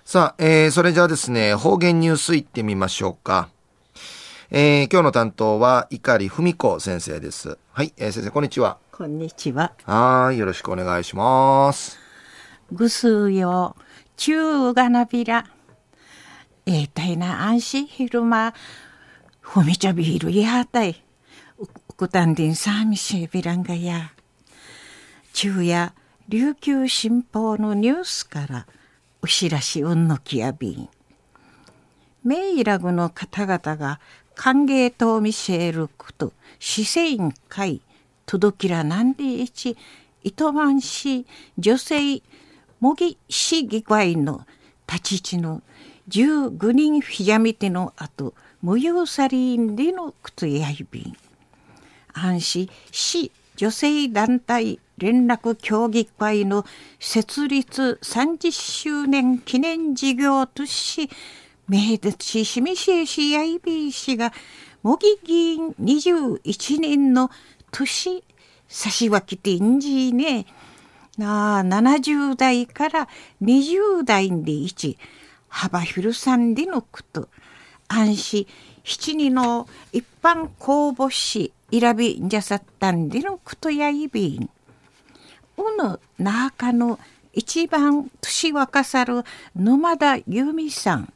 さあ、それじゃあですね、方言ニュースいってみましょうか。今日の担当は碇文子先生です。はい、先生こんにちは。 こんにちは。 はい、よろしくお願いします。 ぐすよ、ちゅうがなびら。たいな安心昼間、ふみちゃびるやたい。うくたんでんさみしびらんがや。昼夜、琉球新報のニュースから、うしらしうんのきやびん。メイラグの方々が歓迎と見せること、市政会、届きらなんでいち、糸満市女性模擬市議会の立ち位置の19人フィジャミテの後、無有サリンでのことやいびん。安市市女性団体連絡協議会の設立30周年記念事業とし、名鉄市みししやいびしが模擬議員21人の年差し分けてんじね。70代から20代で1幅広さんでのこと安心7人の一般公募し選びんじゃさったんでのことやいびんうぬ中の一番年若さる沼田由美さん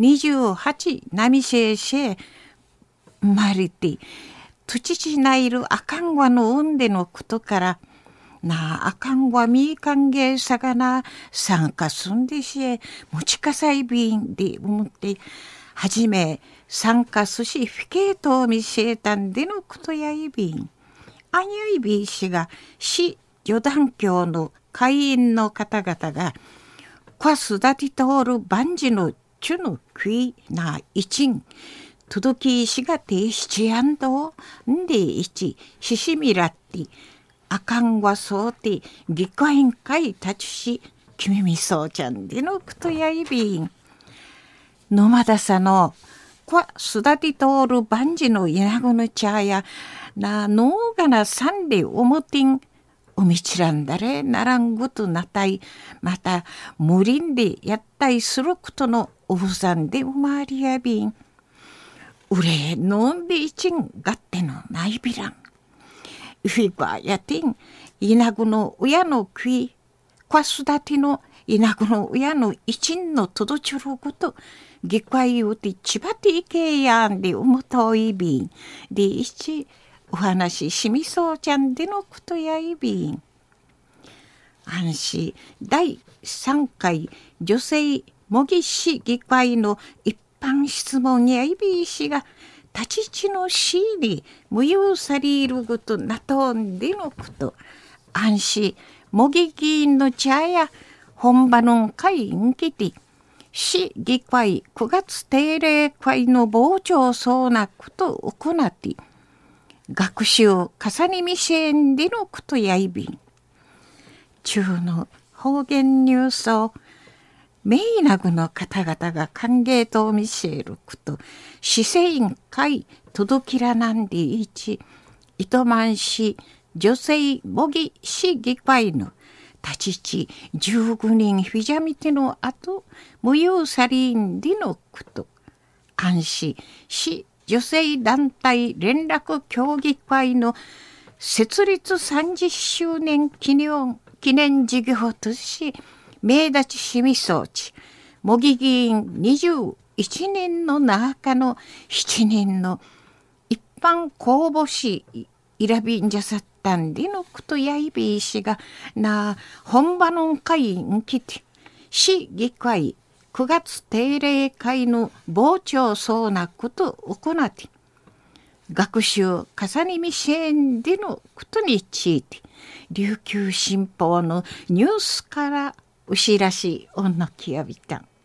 28波せいせい生まれて土地ないるあかんわの運でのことからあかんわみかんげさがな参加すんでしえ持ちかさいびんで思ってはじめ参加すしフィケートを見せたんでのことやいびんあんゆいびしが市序壇教の会員の方々がこすだてとおる万事のちゅのくいな一ん届きしがてしちやんどんでいちししみらってあかんわそうて議会委員会立ちしきみみそうちゃんでのくとやいびんのまださのこすだてとおる万事のいなごの茶やのうがなさんでおもてんおみちらんだれならんごとなたいまた無輪でやったいすることのおふさんでおまわりやびんうれのんでいちんがってのないびらんウィバやてんいなぐの親のくいこすだてのいなぐの親の一んのとどちゅること議会をてちばていけやんでおもといびんでいちお話しみそうちゃんでのことやいびん安心第3回女性模擬市議会の一般質問やいびいしが立ち地のしに無用されることなとんでのこと安心模擬議員の茶や本場の会んきて市議会9月定例会の傍聴そうなことを行って学習重ねみせんでのことやいびん中の方言ニュースをメイナグの方々が歓迎と見せること市政委員会届きらなんでいち糸満市女性模擬市議会の立ち地19人フィジャミテの後無有サリンでのこと安心市女性団体連絡協議会の設立30周年記念事業とし名立ち市民装置模擬議員21人の中の7人の一般公募し選びんじゃさったんでのことやいびいしが本場の会員来て市議会9月定例会の傍聴そうなことを行って学習重ねみせんでのことについて琉球新報のニュースからうしらしおんのきやびたん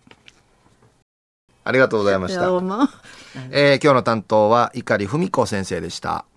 ありがとうございました。 どうも、 今日の担当は碇文子先生でした。